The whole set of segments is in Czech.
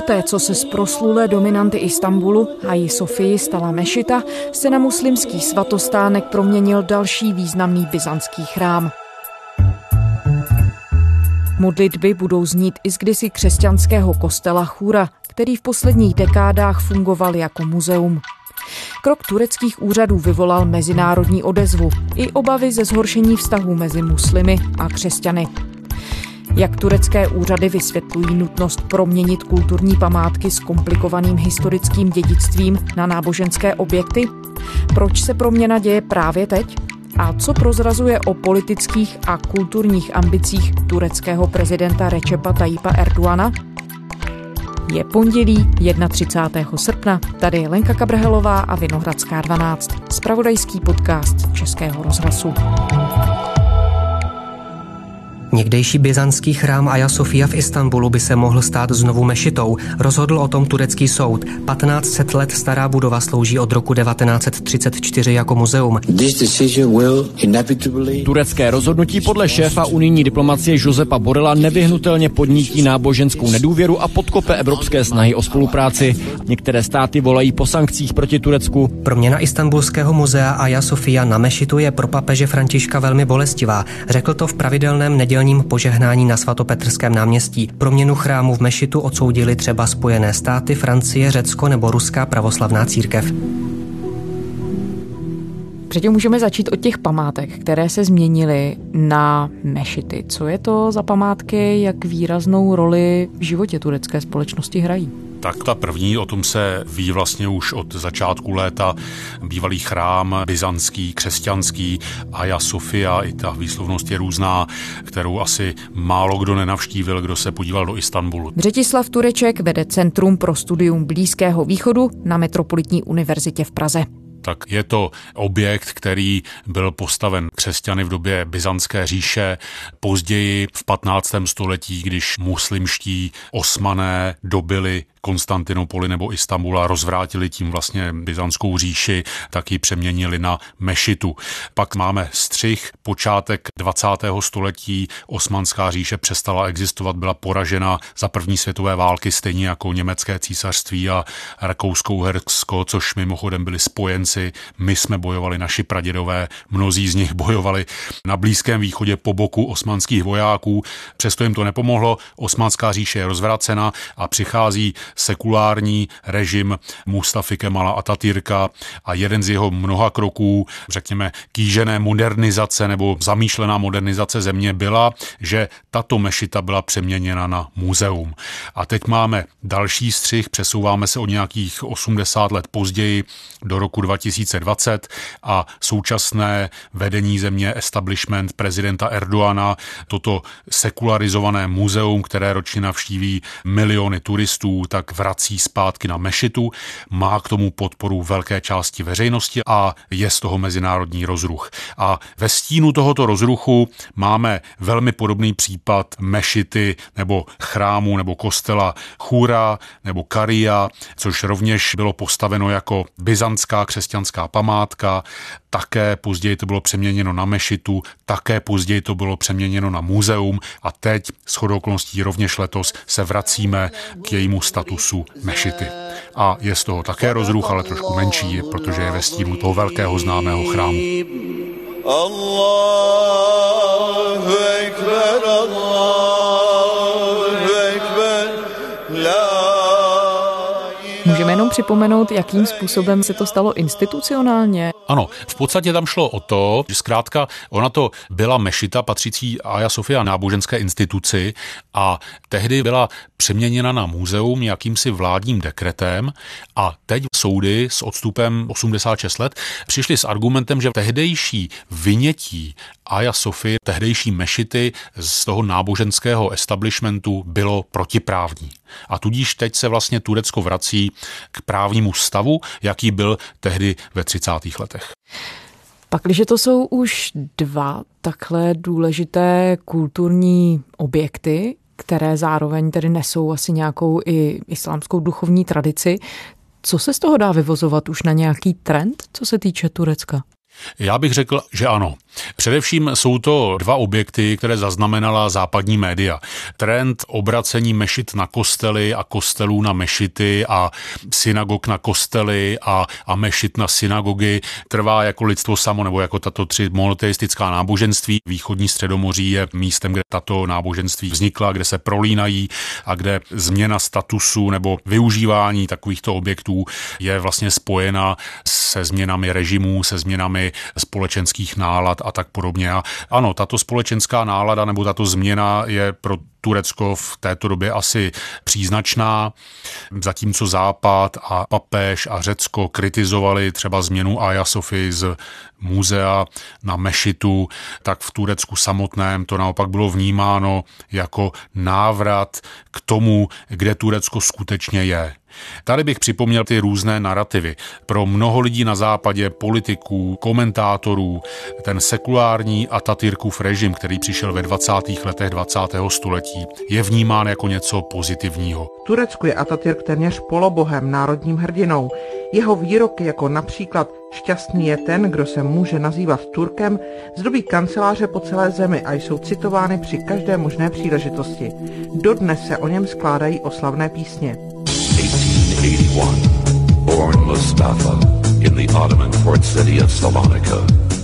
Poté, co se z proslulé dominanty Istanbulu, Haji Sofii, stala mešita, se na muslimský svatostánek proměnil další významný byzantský chrám. Modlitby budou znít i z kdysi křesťanského kostela Chura, který v posledních dekádách fungoval jako muzeum. Krok tureckých úřadů vyvolal mezinárodní odezvu i obavy ze zhoršení vztahů mezi muslimy a křesťany. Jak turecké úřady vysvětlují nutnost proměnit kulturní památky s komplikovaným historickým dědictvím na náboženské objekty? Proč se proměna děje právě teď? A co prozrazuje o politických a kulturních ambicích tureckého prezidenta Recepa Tayyipa Erdogana? Je pondělí 31. srpna, tady je Lenka Kabrhelová a Vinohradská 12, zpravodajský podcast Českého rozhlasu. Někdejší byzantský chrám Hagia Sofia v Istanbulu by se mohl stát znovu mešitou. Rozhodl o tom turecký soud. 1500 let stará budova slouží od roku 1934 jako muzeum. Turecké rozhodnutí podle šéfa unijní diplomacie Josepa Borrella nevyhnutelně podnítí náboženskou nedůvěru a podkope evropské snahy o spolupráci. Některé státy volají po sankcích proti Turecku. Proměna istanbulského muzea Hagia Sofia na mešitu je pro papeže Františka velmi bolestivá. Řekl to v pravidelném nedělním požehnání na Svatopetrském náměstí. Proměnu chrámu v mešitu odsoudili třeba Spojené státy, Francie, Řecko nebo Ruská pravoslavná církev. Předtím můžeme začít od těch památek, které se změnily na mešity. Co je to za památky, jak výraznou roli v životě turecké společnosti hrají? Tak ta první, o tom se ví vlastně už od začátku léta. Bývalý chrám byzantský, křesťanský, Hagia Sofia, i ta výslovnost je různá, kterou asi málo kdo nenavštívil, kdo se podíval do Istanbulu. Břetislav Tureček vede Centrum pro studium Blízkého východu na Metropolitní univerzitě v Praze. Tak je to objekt, který byl postaven křesťany v době Byzantské říše, později v 15. století, když muslimští Osmané dobili Konstantinopoli nebo Istanbul a rozvrátili tím vlastně Byzantskou říši, tak ji přeměnili na mešitu. Pak máme střih, počátek 20. století, Osmanská říše přestala existovat, byla poražena za první světové války, stejně jako německé císařství a Rakousko-Uhersko, což mimochodem byli spojenci. My jsme bojovali, naši pradědové, mnozí z nich bojovali na Blízkém východě po boku osmanských vojáků. Přesto jim to nepomohlo, Osmanská říše je rozvracena a přichází sekulární režim Mustafy Kemala Atatürka a jeden z jeho mnoha kroků, řekněme, kýžené modernizace nebo zamýšlená modernizace země byla, že tato mešita byla přeměněna na muzeum. A teď máme další střih, přesouváme se o nějakých 80 let později do roku 2020 a současné vedení země, establishment prezidenta Erdogana, toto sekularizované muzeum, které ročně navštíví miliony turistů, tak vrací zpátky na mešitu, má k tomu podporu velké části veřejnosti a je z toho mezinárodní rozruch. A ve stínu tohoto rozruchu máme velmi podobný případ mešity nebo chrámu nebo kostela Chura nebo Karia, což rovněž bylo postaveno jako byzantská křesťanská památka, také později to bylo přeměněno na mešitu, také později to bylo přeměněno na muzeum a teď shodou okolností rovněž letos se vracíme k jejímu statusu mešity. A je z toho také rozruch, ale trošku menší, protože je ve stínu toho velkého známého chrámu. Allahu Ekber, Allahu Ekber, Můžeme jenom připomenout, jakým způsobem se to stalo institucionálně? Ano, v podstatě tam šlo o to, že zkrátka ona to byla mešita patřící Hagia Sofia náboženské instituci a tehdy byla přeměněna na muzeum jakýmsi vládním dekretem a teď soudy s odstupem 86 let přišly s argumentem, že tehdejší vynětí Hagia Sofie, tehdejší mešity z toho náboženského establishmentu bylo protiprávní. A tudíž teď se vlastně Turecko vrací k právnímu stavu, jaký byl tehdy ve 30. letech. Pakliže to jsou už dva takhle důležité kulturní objekty, které zároveň tedy nesou asi nějakou i islámskou duchovní tradici, co se z toho dá vyvozovat už na nějaký trend, co se týče Turecka? Já bych řekl, že ano. Především jsou to dva objekty, které zaznamenala západní média. Trend obracení mešit na kostely a kostelů na mešity a synagog na kostely a mešit na synagogy trvá jako lidstvo samo, nebo jako tato 3 monoteistická náboženství. Východní Středomoří je místem, kde tato náboženství vznikla, kde se prolínají a kde změna statusu nebo využívání takovýchto objektů je vlastně spojena se změnami režimů, se změnami společenských nálad a tak podobně. A ano, tato společenská nálada nebo tato změna je pro Turecko v této době asi příznačná, zatímco Západ a papež a Řecko kritizovali třeba změnu Hagia Sofii z muzea na mešitu, tak v Turecku samotném to naopak bylo vnímáno jako návrat k tomu, kde Turecko skutečně je. Tady bych připomněl ty různé narrativy. Pro mnoho lidí na západě, politiků, komentátorů, ten sekulární Atatürkův režim, který přišel ve 20. letech 20. století, je vnímán jako něco pozitivního. V Turecku je Atatürk téměř polobohem, národním hrdinou. Jeho výroky, jako například šťastný je ten, kdo se může nazývat Turkem, zdobí kanceláře po celé zemi a jsou citovány při každé možné příležitosti. Dodnes se o něm skládají oslavné písně. 1881, born Mustafa in the Ottoman port city of Salonika.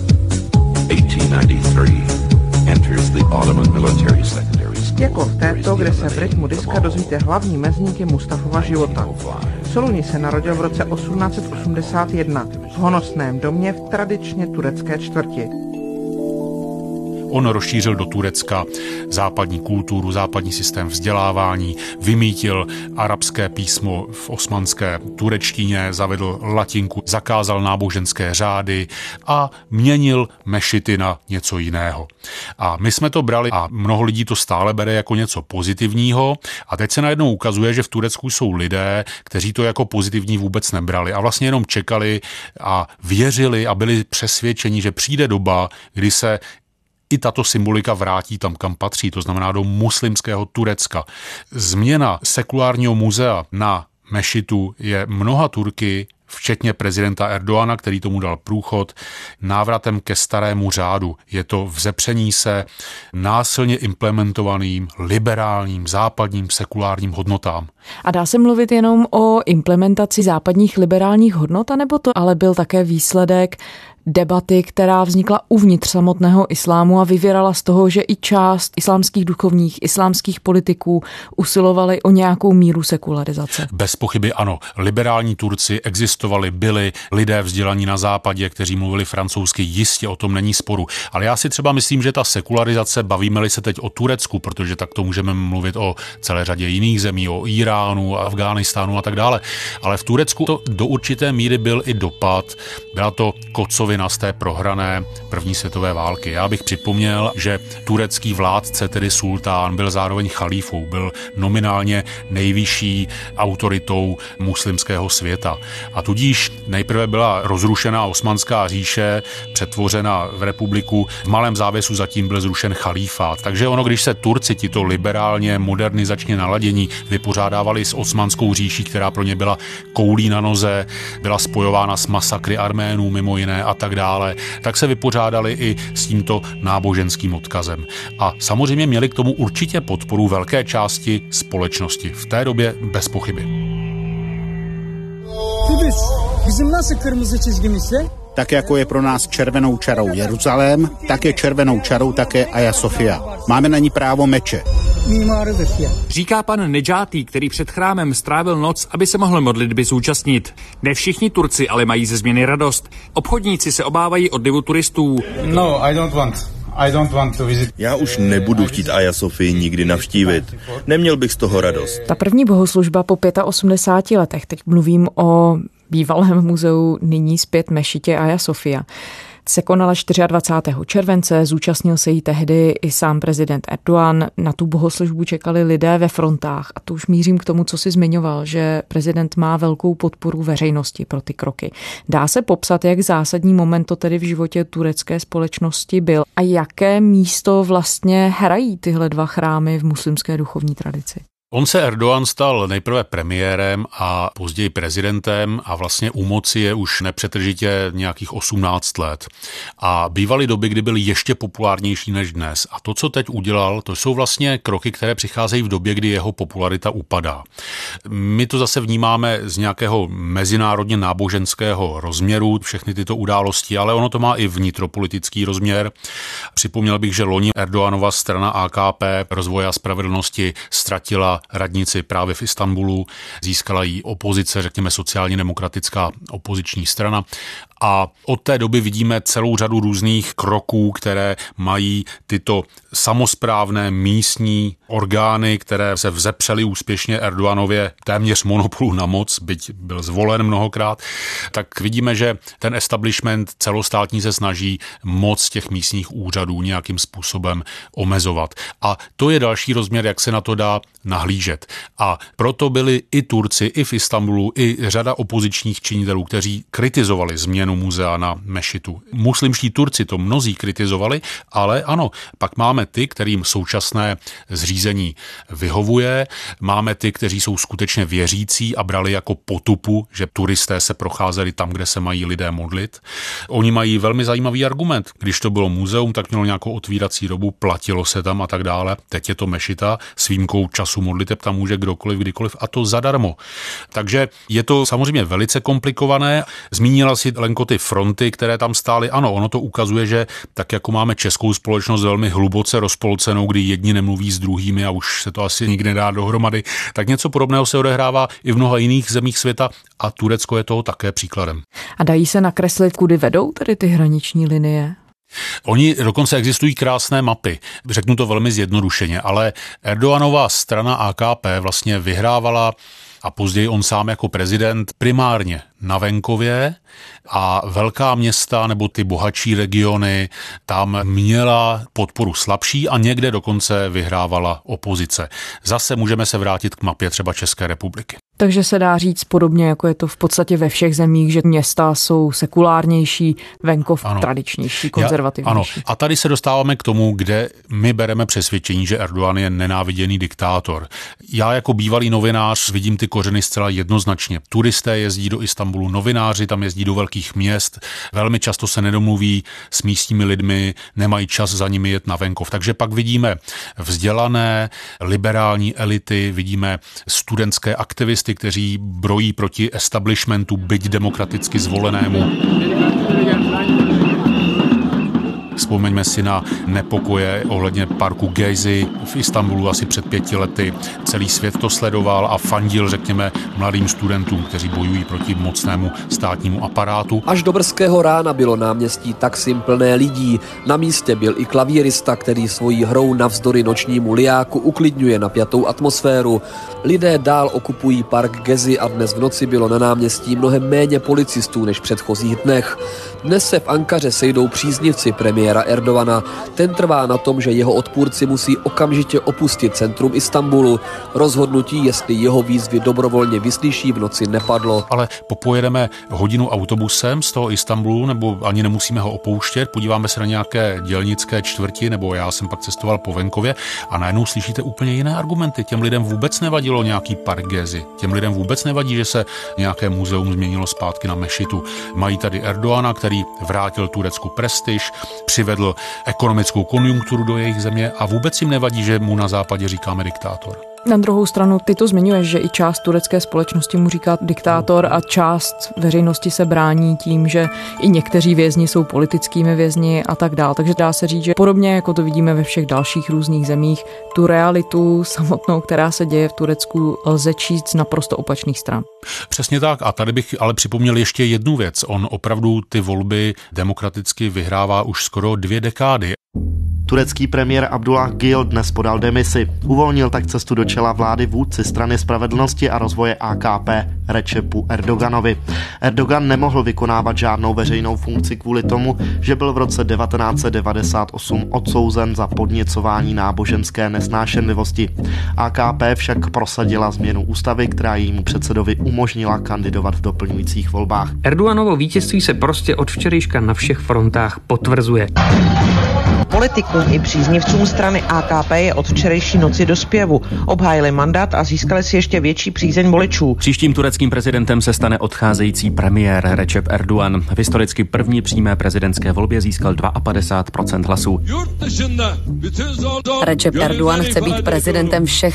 1893, enters the Ottoman military secondary school. Jako v této, kde se v rytmu diska dozvíte hlavní mezníky Mustafova života. V Soluni se narodil v roce 1881 v honosném domě v tradičně turecké čtvrti. On rozšířil do Turecka západní kulturu, západní systém vzdělávání, vymýtil arabské písmo v osmanské turečtině, zavedl latinku, zakázal náboženské řády a měnil mešity na něco jiného. A my jsme to brali a mnoho lidí to stále bere jako něco pozitivního a teď se najednou ukazuje, že v Turecku jsou lidé, kteří to jako pozitivní vůbec nebrali a vlastně jenom čekali a věřili a byli přesvědčeni, že přijde doba, kdy se i tato symbolika vrátí tam, kam patří, to znamená do muslimského Turecka. Změna sekulárního muzea na mešitu je mnoha Turky, včetně prezidenta Erdoana, který tomu dal průchod, návratem ke starému řádu. Je to vzepření se násilně implementovaným, liberálním, západním, sekulárním hodnotám. A dá se mluvit jenom o implementaci západních liberálních hodnot, anebo to ale byl také výsledek debaty, která vznikla uvnitř samotného islámu a vyvěrala z toho, že i část islámských duchovních, islámských politiků usilovali o nějakou míru sekularizace? Bez pochyby ano. Liberální Turci existovali, byli lidé vzdělaní na západě, kteří mluvili francouzsky, jistě o tom není sporu. Ale já si třeba myslím, že ta sekularizace, bavíme-li se teď o Turecku, protože tak to můžeme mluvit o celé řadě jiných zemí, o Iránu, Afghánistánu a tak dále. Ale v Turecku to do určité míry byl i dopad, byla to kocovina z té prohrané první světové války. Já bych připomněl, že turecký vládce, tedy sultán, byl zároveň chalífou, byl nominálně nejvyšší autoritou muslimského světa. A tudíž nejprve byla rozrušena Osmanská říše, přetvořena v republiku, v malém závěsu zatím byl zrušen chalífát. Takže ono, když se Turci, tito liberálně, modernizačně naladění, vypořádávali s Osmanskou říší, která pro ně byla koulí na noze, byla spojována s masakry Arménů mimo jiné a tak dále, tak se vypořádali i s tímto náboženským odkazem. A samozřejmě měli k tomu určitě podporu velké části společnosti. V té době bez pochyby. Tak jako je pro nás červenou čarou Jeruzalém, tak je červenou čarou také Hagia Sofia. Máme na ní právo meče. Říká pan Nedžátý, který před chrámem strávil noc, aby se mohl modlitby zúčastnit. Ne všichni Turci ale mají ze změny radost. Obchodníci se obávají odlivu turistů. Já už nebudu chtít Hagia Sofii nikdy navštívit. Neměl bych z toho radost. Ta první bohoslužba po 85 letech, teď mluvím o bývalém muzeu, nyní zpět mešitě Hagia Sofia, se konala 24. července, zúčastnil se jí tehdy i sám prezident Erdogan. Na tu bohoslužbu čekali lidé ve frontách a to už mířím k tomu, co si zmiňoval, že prezident má velkou podporu veřejnosti pro ty kroky. Dá se popsat, jak zásadní moment to tedy v životě turecké společnosti byl a jaké místo vlastně hrají tyhle dva chrámy v muslimské duchovní tradici? On se Erdogan stal nejprve premiérem a později prezidentem a vlastně u moci je už nepřetržitě nějakých 18 let. A bývaly doby, kdy byl ještě populárnější než dnes. A to, co teď udělal, to jsou vlastně kroky, které přicházejí v době, kdy jeho popularita upadá. My to zase vnímáme z nějakého mezinárodně náboženského rozměru, všechny tyto události, ale ono to má i vnitropolitický rozměr. Připomněl bych, že loni Erdoganova strana AKP Rozvoje a spravedlnosti ztratila radnici právě v Istanbulu, získala jí opozice, řekněme sociálně demokratická opoziční strana. A od té doby vidíme celou řadu různých kroků, které mají tyto samosprávné místní orgány, které se vzepřely úspěšně Erdoganově téměř monopolu na moc, byť byl zvolen mnohokrát, tak vidíme, že ten establishment celostátní se snaží moc těch místních úřadů nějakým způsobem omezovat. A to je další rozměr, jak se na to dá nahlížet. A proto byli i Turci, i v Istanbulu, i řada opozičních činitelů, kteří kritizovali změnu muzea na mešitu. Muslimští Turci to mnozí kritizovali, ale ano, pak máme ty, kterým současné zřízení vyhovuje, máme ty, kteří jsou skutečně věřící a brali jako potupu, že turisté se procházeli tam, kde se mají lidé modlit. Oni mají velmi zajímavý argument. Když to bylo muzeum, tak mělo nějakou otvírací dobu, platilo se tam a tak dále. Teď je to mešita, s výjimkou času modliteb tam může kdokoliv, kdykoliv a to zadarmo. Takže je to samozřejmě velice komplikované. Zmínila si Lenko ty fronty, které tam stály. Ano, ono to ukazuje, že tak jako máme českou společnost velmi hluboce rozpolcenou, kdy jedni nemluví s druhými a už se to asi nikdy nedá dohromady, tak něco podobného se odehrává i v mnoha jiných zemích světa a Turecko je toho také příkladem. A dají se nakreslit, kudy vedou tedy ty hraniční linie? Oni dokonce existují krásné mapy. Řeknu to velmi zjednodušeně, ale Erdoganova strana AKP vlastně vyhrávala a později on sám jako prezident primárně na venkově a velká města nebo ty bohatší regiony tam měla podporu slabší a někde dokonce vyhrávala opozice. Zase můžeme se vrátit k mapě třeba České republiky. Takže se dá říct podobně, jako je to v podstatě ve všech zemích, že města jsou sekulárnější, venkov tradičnější, konzervativnější. Ano. A tady se dostáváme k tomu, kde my bereme přesvědčení, že Erdogan je nenáviděný diktátor. Já jako bývalý novinář vidím ty kořeny zcela jednoznačně. Turisté jezdí do Istanbulu, novináři tam jezdí do velkých měst, velmi často se nedomluví s místními lidmi, nemají čas za nimi jet na venkov. Takže pak vidíme vzdělané, liberální elity, vidíme studentské aktivisty, kteří brojí proti establishmentu, byť demokraticky zvolenému. Vzpomeňme si na nepokoje ohledně parku Gezi v Istanbulu asi před 5 lety. Celý svět to sledoval a fandil, řekněme, mladým studentům, kteří bojují proti mocnému státnímu aparátu. Až do brzkého rána bylo náměstí Taksim plné lidí. Na místě byl i klavírista, který svojí hrou navzdory nočnímu lijáku uklidňuje napjatou atmosféru. Lidé dál okupují park Gezi a dnes v noci bylo na náměstí mnohem méně policistů než v předchozích dnech. Dnes se v Ankaře sejdou příznivci premiéra Erdogana. Ten trvá na tom, že jeho odpůrci musí okamžitě opustit centrum Istanbulu. Rozhodnutí, jestli jeho výzvy dobrovolně vyslyší, v noci nepadlo. Ale popojedeme hodinu autobusem z toho Istanbulu, nebo ani nemusíme ho opouštět, podíváme se na nějaké dělnické čtvrti, nebo já jsem pak cestoval po venkově a najednou slyšíte úplně jiné argumenty. Těm lidem vůbec nevadilo nějaký park Gezi. Těm lidem vůbec nevadí, že se nějaké muzeum změnilo zpátky na mešitu. Mají tady Erdogana, který vrátil Turecku prestiž, přivedl ekonomickou konjunkturu do jejich země a vůbec jim nevadí, že mu na západě říkáme diktátor. Na druhou stranu ty to zmiňuješ, že i část turecké společnosti mu říká diktátor a část veřejnosti se brání tím, že i někteří vězni jsou politickými vězni a tak dál. Takže dá se říct, že podobně jako to vidíme ve všech dalších různých zemích, tu realitu samotnou, která se děje v Turecku, lze číst z naprosto opačných stran. Přesně tak. A tady bych ale připomněl ještě jednu věc. On opravdu ty volby demokraticky vyhrává už skoro 2 dekády. Turecký premiér Abdullah Gül dnes podal demisi. Uvolnil tak cestu do čela vlády vůdci strany spravedlnosti a rozvoje AKP Recepu Erdoganovi. Erdogan nemohl vykonávat žádnou veřejnou funkci kvůli tomu, že byl v roce 1998 odsouzen za podněcování náboženské nesnášenlivosti. AKP však prosadila změnu ústavy, která jejímu předsedovi umožnila kandidovat v doplňujících volbách. Erdoganovo vítězství se prostě od včerejška na všech frontách potvrzuje. Politikům i příznivcům strany AKP je od včerejší noci do zpěvu. Obhájili mandát a získali si ještě větší přízeň voličů. Příštím tureckým prezidentem se stane odcházející premiér Recep Erdogan. V historicky první přímé prezidentské volbě získal 52% hlasů. Recep Erdogan chce být prezidentem všech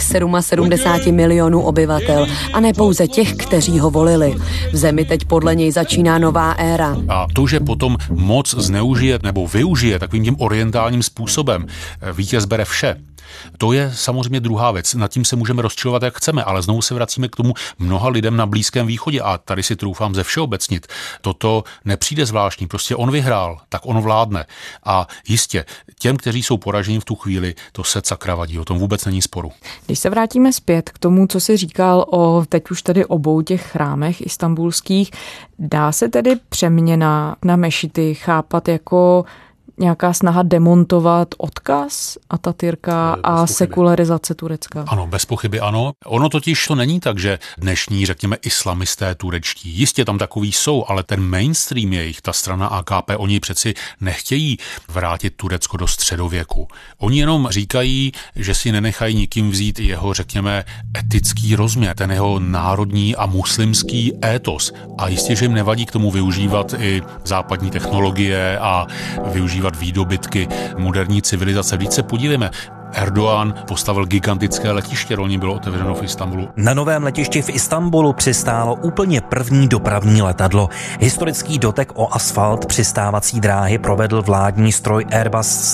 77 milionů obyvatel a ne pouze těch, kteří ho volili. V zemi teď podle něj začíná nová éra. A to, že potom moc zneužije nebo využije takovým tím orientálním způsobem, vítěz bere vše. To je samozřejmě druhá věc. Nad tím se můžeme rozčilovat, jak chceme, ale znovu se vracíme k tomu mnoha lidem na Blízkém východě a tady si troufám ze všeobecnit. Toto nepřijde zvláštní, prostě on vyhrál, tak on vládne. A jistě, těm, kteří jsou poraženi v tu chvíli, to se sakra vadí, o tom vůbec není sporu. Když se vrátíme zpět k tomu, co jsi říkal o teď už tedy obou těch chrámech istanbulských, dá se tedy přeměna na mešity chápat jako nějaká snaha demontovat odkaz Atatürka a sekularizace Turecka? Ano, bez pochyby ano. Ono totiž to není tak, že dnešní, řekněme, islamisté turečtí, jistě tam takový jsou, ale ten mainstream jejich, ta strana AKP, oni přeci nechtějí vrátit Turecko do středověku. Oni jenom říkají, že si nenechají nikým vzít jeho, řekněme, etický rozměr, ten jeho národní a muslimský étos. A jistě, že jim nevadí k tomu využívat i západní technologie a využívat výdobytky moderní civilizace. Vždyť se podívejme, Erdogan postavil gigantické letiště, loni bylo otevřeno v Istanbulu. Na novém letišti v Istanbulu přistálo úplně první dopravní letadlo. Historický dotek o asfalt přistávací dráhy provedl vládní stroj Airbus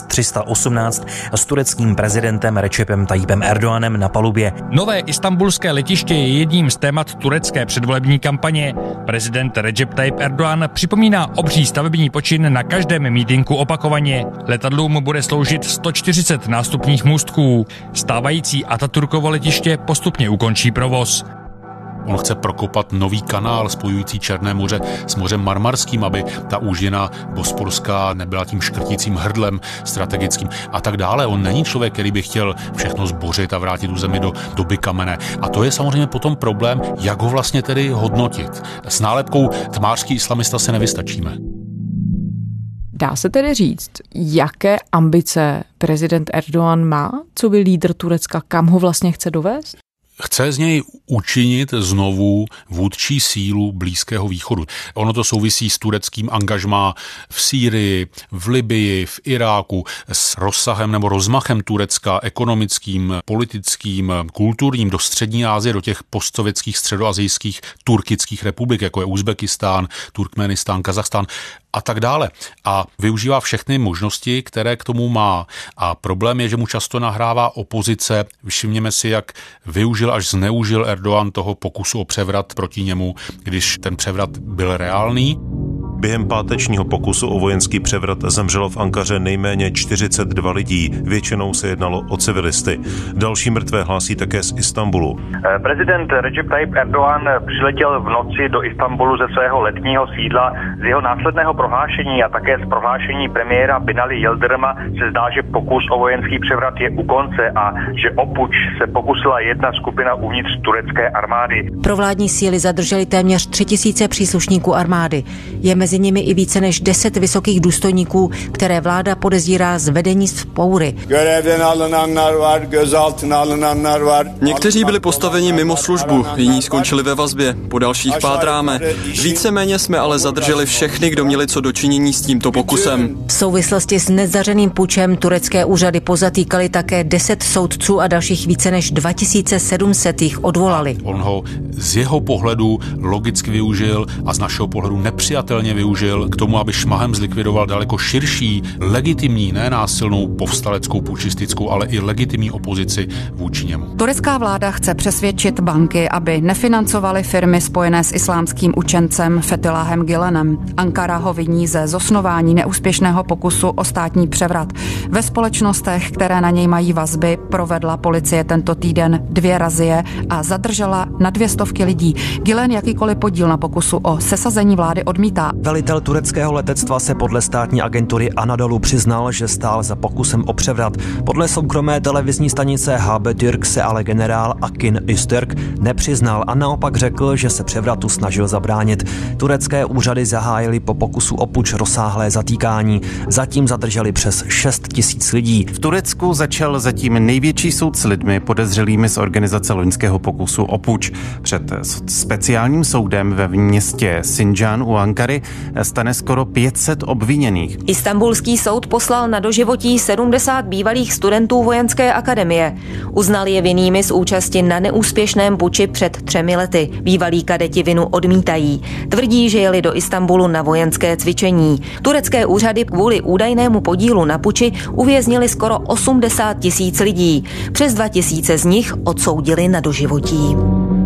318 s tureckým prezidentem Recepem Tayyipem Erdoganem na palubě. Nové istanbulské letiště je jedním z témat turecké předvolební kampaně. Prezident Recep Tayyip Erdogan připomíná obří stavební počin na každém mítinku opakovaně. Letadlům bude sloužit 140 nástupních můstků. Stávající Atatürkovo letiště postupně ukončí provoz. On chce prokopat nový kanál spojující Černé moře s mořem Marmarským, aby ta úžina bosporská nebyla tím škrtícím hrdlem strategickým a tak dále. On není člověk, který by chtěl všechno zbořit a vrátit tu zemi do doby kamenné. A to je samozřejmě potom problém, jak ho vlastně tedy hodnotit. S nálepkou tmářský islamista se nevystačíme. Dá se tedy říct, jaké ambice prezident Erdogan má, co by lídr Turecka, kam ho vlastně chce dovést? Chce z něj učinit znovu vůdčí sílu Blízkého východu. Ono to souvisí s tureckým angažmá v Sýrii, v Libyi, v Iráku, s rozsahem nebo rozmachem Turecka ekonomickým, politickým, kulturním do střední Asie, do těch postsovětských středoasijských turkických republik, jako je Uzbekistán, Turkmenistán, Kazachstán a tak dále. A využívá všechny možnosti, které k tomu má. A problém je, že mu často nahrává opozice. Všimněme si, jak využil až zneužil Erdogan toho pokusu o převrat proti němu, když ten převrat byl reálný. Během pátečního pokusu o vojenský převrat zemřelo v Ankaře nejméně 42 lidí, většinou se jednalo o civilisty. Další mrtvé hlásí také z Istanbulu. Prezident Recep Tayyip Erdogan přiletěl v noci do Istanbulu ze svého letního sídla. Z jeho následného prohlášení a také z prohlášení premiéra Binali Yıldırım'a se zdá, že pokus o vojenský převrat je u konce a že o puč se pokusila jedna skupina uvnitř turecké armády. Provládní síly zadrželi téměř 3000 příslušníků armády. Je mezi nimi i více než 10 vysokých důstojníků, které vláda podezírá z vedení vzpoury. Někteří byli postaveni mimo službu, jiní skončili ve vazbě, po dalších pátráme. Víceméně jsme ale zadrželi všechny, kdo měli co dočinění s tímto pokusem. V souvislosti s nezdařeným pučem turecké úřady pozatýkaly také 10 soudců a dalších více než 2700 jich odvolali. On ho z jeho pohledu logicky využil a z našeho pohledu nepřijatelně využil k tomu, aby šmahem zlikvidoval daleko širší, legitimní, ne násilnou povstaleckou, pučistickou, ale i legitimní opozici vůči němu. Turecká vláda chce přesvědčit banky, aby nefinancovaly firmy spojené s islámským učencem Fethullahem Gülenem. Ankara ho viní ze zosnování neúspěšného pokusu o státní převrat. Ve společnostech, které na něj mají vazby, provedla policie tento týden 2 razie a zadržela na 200 lidí. Gülen jakýkoliv podíl na pokusu o sesazení vlády odmítá. Velitel tureckého letectva se podle státní agentury Anadolu přiznal, že stál za pokusem o převrat. Podle soukromé televizní stanice Habertürk se ale generál Akin Öztürk nepřiznal a naopak řekl, že se převratu snažil zabránit. Turecké úřady zahájily po pokusu o puč rozsáhlé zatýkání. Zatím zadrželi přes 6 000 lidí. V Turecku začal zatím největší soud s lidmi podezřelými z organizace loňského pokusu o puč. Před speciálním soudem ve městě Sincan u Ankary stane skoro 500 obviněných. Istanbulský soud poslal na doživotí 70 bývalých studentů vojenské akademie. Uznal je vinnými z účasti na neúspěšném puči před 3 lety. Bývalí kadeti vinu odmítají. Tvrdí, že jeli do Istanbulu na vojenské cvičení. Turecké úřady kvůli údajnému podílu na puči uvěznili skoro 80 000 lidí. Přes 2 000 z nich odsoudili na doživotí.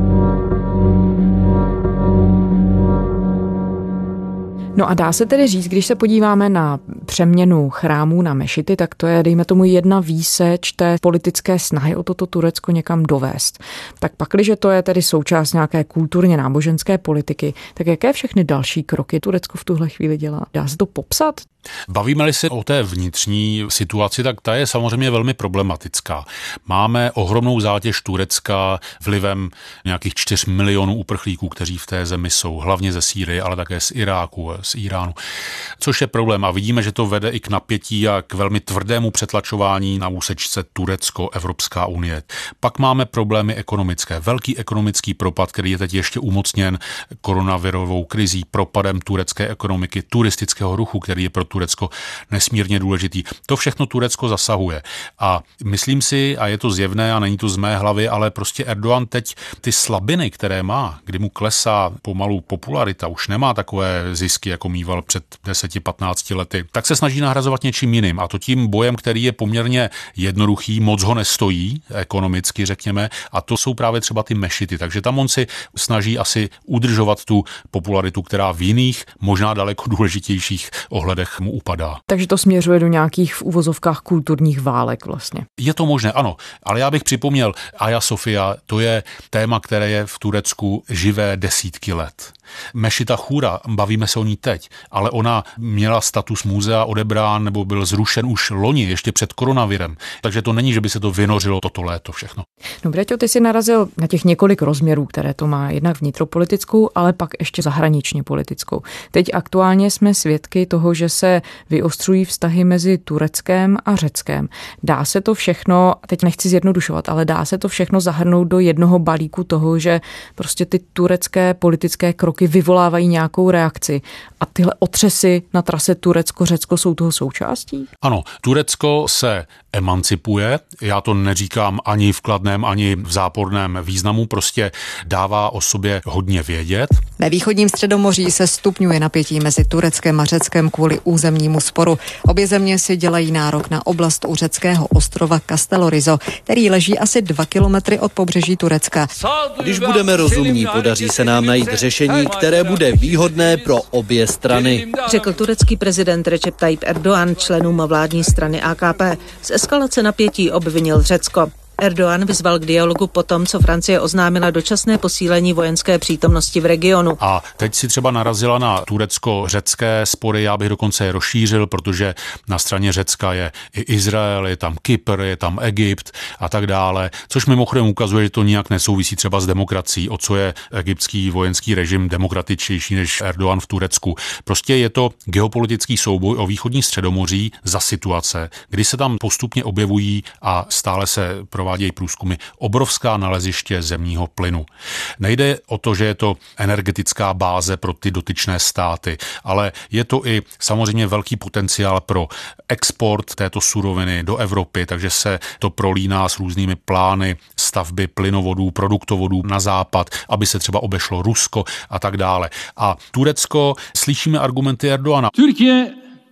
No a dá se tedy říct, když se podíváme na přeměnu chrámů na mešity, tak to je, dejme tomu, jedna výseč té politické snahy o toto Turecko někam dovést. Tak pakliže to je tedy součást nějaké kulturně náboženské politiky, tak jaké všechny další kroky Turecko v tuhle chvíli dělá? Dá se to popsat? Bavíme-li se o té vnitřní situaci, tak ta je samozřejmě velmi problematická. Máme ohromnou zátěž Turecka vlivem nějakých 4 milionů uprchlíků, kteří v té zemi jsou, hlavně ze Sýrie, ale také z Iráku, z Iránu. Což je problém a vidíme, že to vede i k napětí a k velmi tvrdému přetlačování na úsečce Turecko-Evropská unie. Pak máme problémy ekonomické. Velký ekonomický propad, který je teď ještě umocněn koronavirovou krizí, propadem turecké ekonomiky, turistického ruchu, který je pro Turecko nesmírně důležitý. To všechno Turecko zasahuje. A myslím si, a je to zjevné a není to z mé hlavy, ale prostě Erdogan teď ty slabiny, které má, kdy mu klesá pomalu popularita, už nemá takové zisky, jako mýval před 10-15 lety, tak se snaží nahrazovat něčím jiným. A to tím bojem, který je poměrně jednoduchý, moc ho nestojí, ekonomicky řekněme, a to jsou právě třeba ty mešity. Takže tam on si snaží asi udržovat tu popularitu, která v jiných, možná daleko důležitějších ohledech mu upadá. Takže to směřuje do nějakých v uvozovkách kulturních válek vlastně. Je to možné, ano, ale já bych připomněl, Hagia Sophia, to je téma, které je v Turecku živé desítky let. Mešita Chura, bavíme se o ní teď, ale ona měla status muzea odebrán nebo byl zrušen už loni, ještě před koronavirem. Takže to není, že by se to vynořilo toto léto všechno. No, Breťo, ty jsi narazil na těch několik rozměrů, které to má, jednak vnitropolitickou, ale pak ještě zahraničně politickou. Teď aktuálně jsme svědky toho, že se vyostřují vztahy mezi Tureckem a Řeckem. Dá se to všechno, teď nechci zjednodušovat, ale dá se to všechno zahrnout do jednoho balíku toho, že prostě ty turecké politické kroky vyvolávají nějakou reakci a tyhle otřesy na trase Turecko-Řecko jsou toho součástí? Ano, Turecko se emancipuje, já to neříkám ani v kladném, ani v záporném významu, prostě dává o sobě hodně vědět. Ve východním Středomoří se stupňuje napětí mezi Tureckem a Řeckem kvůli územnímu sporu. Obě země si dělají nárok na oblast u řeckého ostrova Castellorizo, který leží asi 2 kilometry od pobřeží Turecka. Když budeme rozumní, podaří se nám najít řešení, které bude výhodné pro obě strany, řekl turecký prezident Recep Tayyip Erdogan členům vládní strany AKP. Z eskalace napětí obvinil Řecko. Erdogan vyzval k dialogu po tom, co Francie oznámila dočasné posílení vojenské přítomnosti v regionu. A teď si třeba narazila na turecko-řecké spory, já bych dokonce je rozšířil, protože na straně Řecka je i Izrael, je tam Kypr, je tam Egypt a tak dále, což mimochodem ukazuje, že to nijak nesouvisí třeba s demokracií, o co je egyptský vojenský režim demokratičtější než Erdogan v Turecku. Prostě je to geopolitický souboj o východní Středomoří za situace, kdy se tam postupně objevují a stále se provádějí průzkumy obrovská naleziště zemního plynu. Nejde o to, že je to energetická báze pro ty dotyčné státy, ale je to i samozřejmě velký potenciál pro export této suroviny do Evropy, takže se to prolíná s různými plány stavby plynovodů, produktovodů na západ, aby se třeba obešlo Rusko a tak dále. A Turecko, slyšíme argumenty Erdogana. Türkiye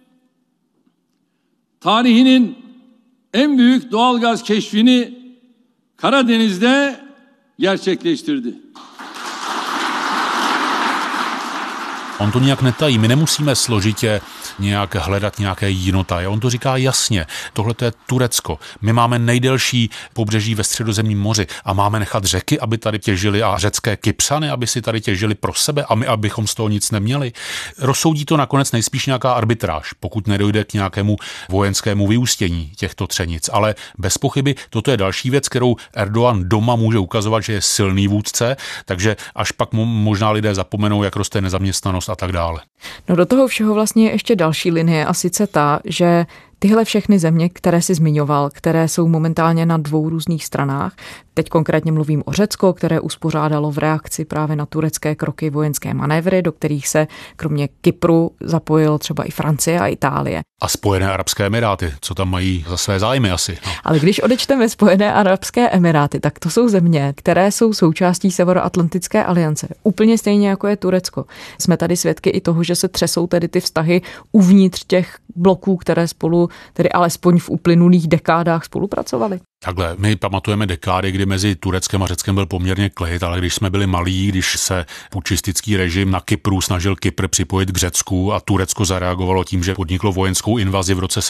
tarihinin en büyük doğalgaz keşfini Karadeniz'de gerçekleştirdi. On to nějak netají, my nemusíme složitě nějak hledat nějaké jinotaje. On to říká jasně, tohle to je Turecko. My máme nejdelší pobřeží ve Středozemním moři a máme nechat Řeky, aby tady těžili a řecké Kypřany, aby si tady těžili pro sebe a my, abychom z toho nic neměli. Rozsoudí to nakonec nejspíš nějaká arbitráž, pokud nedojde k nějakému vojenskému vyústění těchto třenic. Ale bez pochyby toto je další věc, kterou Erdogan doma může ukazovat, že je silný vůdce, takže až pak možná lidé zapomenou, jak roste nezaměstnanost a tak dále. No do toho všeho vlastně je ještě další linie a sice ta, že tyhle všechny země, které si zmiňoval, které jsou momentálně na dvou různých stranách, teď konkrétně mluvím o Řecko, které uspořádalo v reakci právě na turecké kroky vojenské manévry, do kterých se kromě Kypru zapojil třeba i Francie a Itálie. A Spojené arabské emiráty, co tam mají za své zájmy asi. No. Ale když odečteme Spojené arabské emiráty, tak to jsou země, které jsou součástí Severoatlantické aliance. Úplně stejně jako je Turecko. Jsme tady svědky i toho, že se třesou tedy ty vztahy uvnitř těch bloků, které spolu, tedy alespoň v uplynulých dekádách spolupracovali. Takhle, my pamatujeme dekády, kdy mezi Tureckem a Řeckem byl poměrně klid, ale když jsme byli malí, když se pučistický režim na Kypru snažil Kypr připojit k Řecku a Turecko zareagovalo tím, že podniklo vojenskou invazi v roce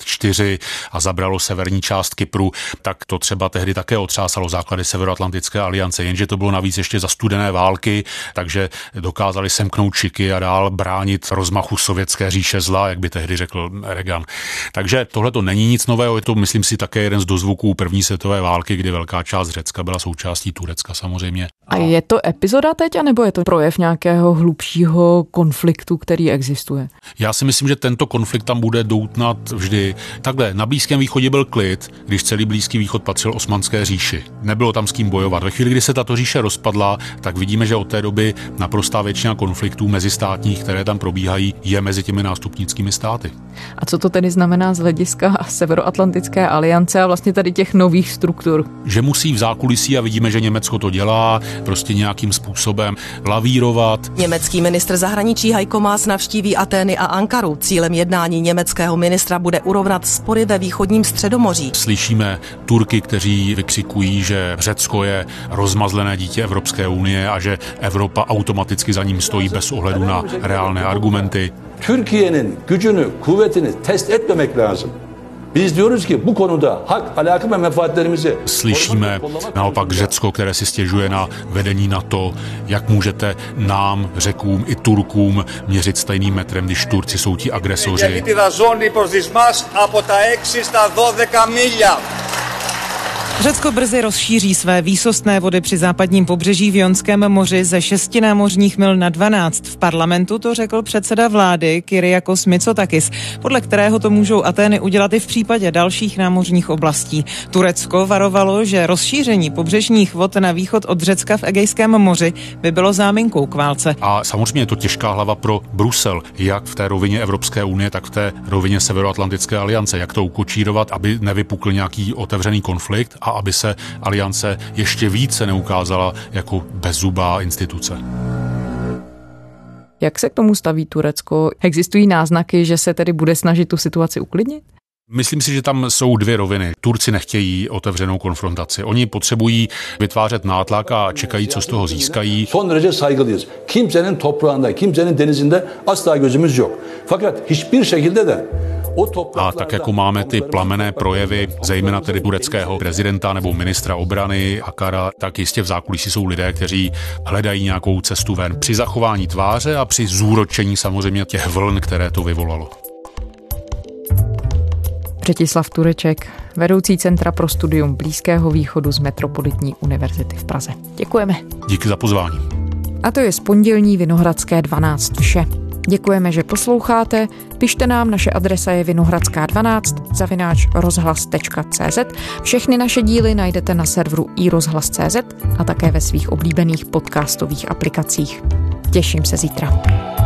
74 a zabralo severní část Kypru, tak to třeba tehdy také otřásalo základy Severoatlantické aliance, jenže to bylo navíc ještě za studené války, takže dokázali semknout šiky a dál bránit rozmachu sovětské říše zla, jak by tehdy řekl Reagan. Takže tohle to není nic nového, je to, myslím si, také jeden z dozvuků první světové války, kdy velká část Řecka byla součástí Turecka samozřejmě. A je to epizoda teď, anebo je to projev nějakého hlubšího konfliktu, který existuje? Já si myslím, že tento konflikt tam bude doutnat vždy. Takhle, na Blízkém východě byl klid, když celý Blízký východ patřil Osmanské říši. Nebylo tam s kým bojovat. Ve chvíli, kdy se tato říše rozpadla, tak vidíme, že od té doby naprostá většina konfliktů mezistátních, které tam probíhají, je mezi těmi nástupnickými státy. A co to tedy znamená z hlediska Severoatlantické aliance a vlastně tady těch nových struktur? Že musí v zákulisí, a vidíme, že Německo to dělá, prostě nějakým způsobem lavírovat. Německý ministr zahraničí Heiko Maas navštíví Atény a Ankaru. Cílem jednání německého ministra bude urovnat spory ve východním Středomoří. Slyšíme Turky, kteří vykřikují, že Řecko je rozmazlené dítě Evropské unie a že Evropa automaticky za ním stojí bez ohledu na reálné argumenty. Türkiye'nin gücünü, kuvvetini test etmemek lazım. Biz diyoruz ki bu konuda hak, alaka ve menfaatlerimizi. Slyšíme naopak Řecko, které si stěžuje na vedení NATO, jak můžete nám, Řekům i Turkům měřit stejným metrem, když Turci jsou ti agresoři. Řecko brzy rozšíří své výsostné vody při západním pobřeží v Jonském moři ze 6 námořních mil na 12. V parlamentu to řekl předseda vlády Kyriakos Mitsotakis, podle kterého to můžou Atény udělat i v případě dalších námořních oblastí. Turecko varovalo, že rozšíření pobřežních vod na východ od Řecka v Egejském moři by bylo záminkou k válce. A samozřejmě je to těžká hlava pro Brusel, jak v té rovině Evropské unie, tak v té rovině Severoatlantické aliance, jak to ukočírovat, aby nevypukl nějaký otevřený konflikt a aby se aliance ještě více neukázala jako bezzubá instituce. Jak se k tomu staví Turecko? Existují náznaky, že se tedy bude snažit tu situaci uklidnit? Myslím si, že tam jsou dvě roviny. Turci nechtějí otevřenou konfrontaci. Oni potřebují vytvářet nátlak a čekají, co z toho získají. Son derece saygılıyız. Kimsenin toprağında, kimsenin denizinde asla gözümüz yok. Fakat hiçbir şekilde de a tak jako máme ty plamenné projevy, zejména tedy tureckého prezidenta nebo ministra obrany Akara, tak jistě v zákulisí jsou lidé, kteří hledají nějakou cestu ven při zachování tváře a při zúročení samozřejmě těch vln, které to vyvolalo. Břetislav Tureček, vedoucí Centra pro studium Blízkého východu z Metropolitní univerzity v Praze. Děkujeme. Díky za pozvání. A to je z pondělní Vinohradské 12 vše. Děkujeme, že posloucháte. Pište nám, naše adresa je vinohradská12@rozhlas.cz. Všechny naše díly najdete na serveru iRozhlas.cz a také ve svých oblíbených podcastových aplikacích. Těším se zítra.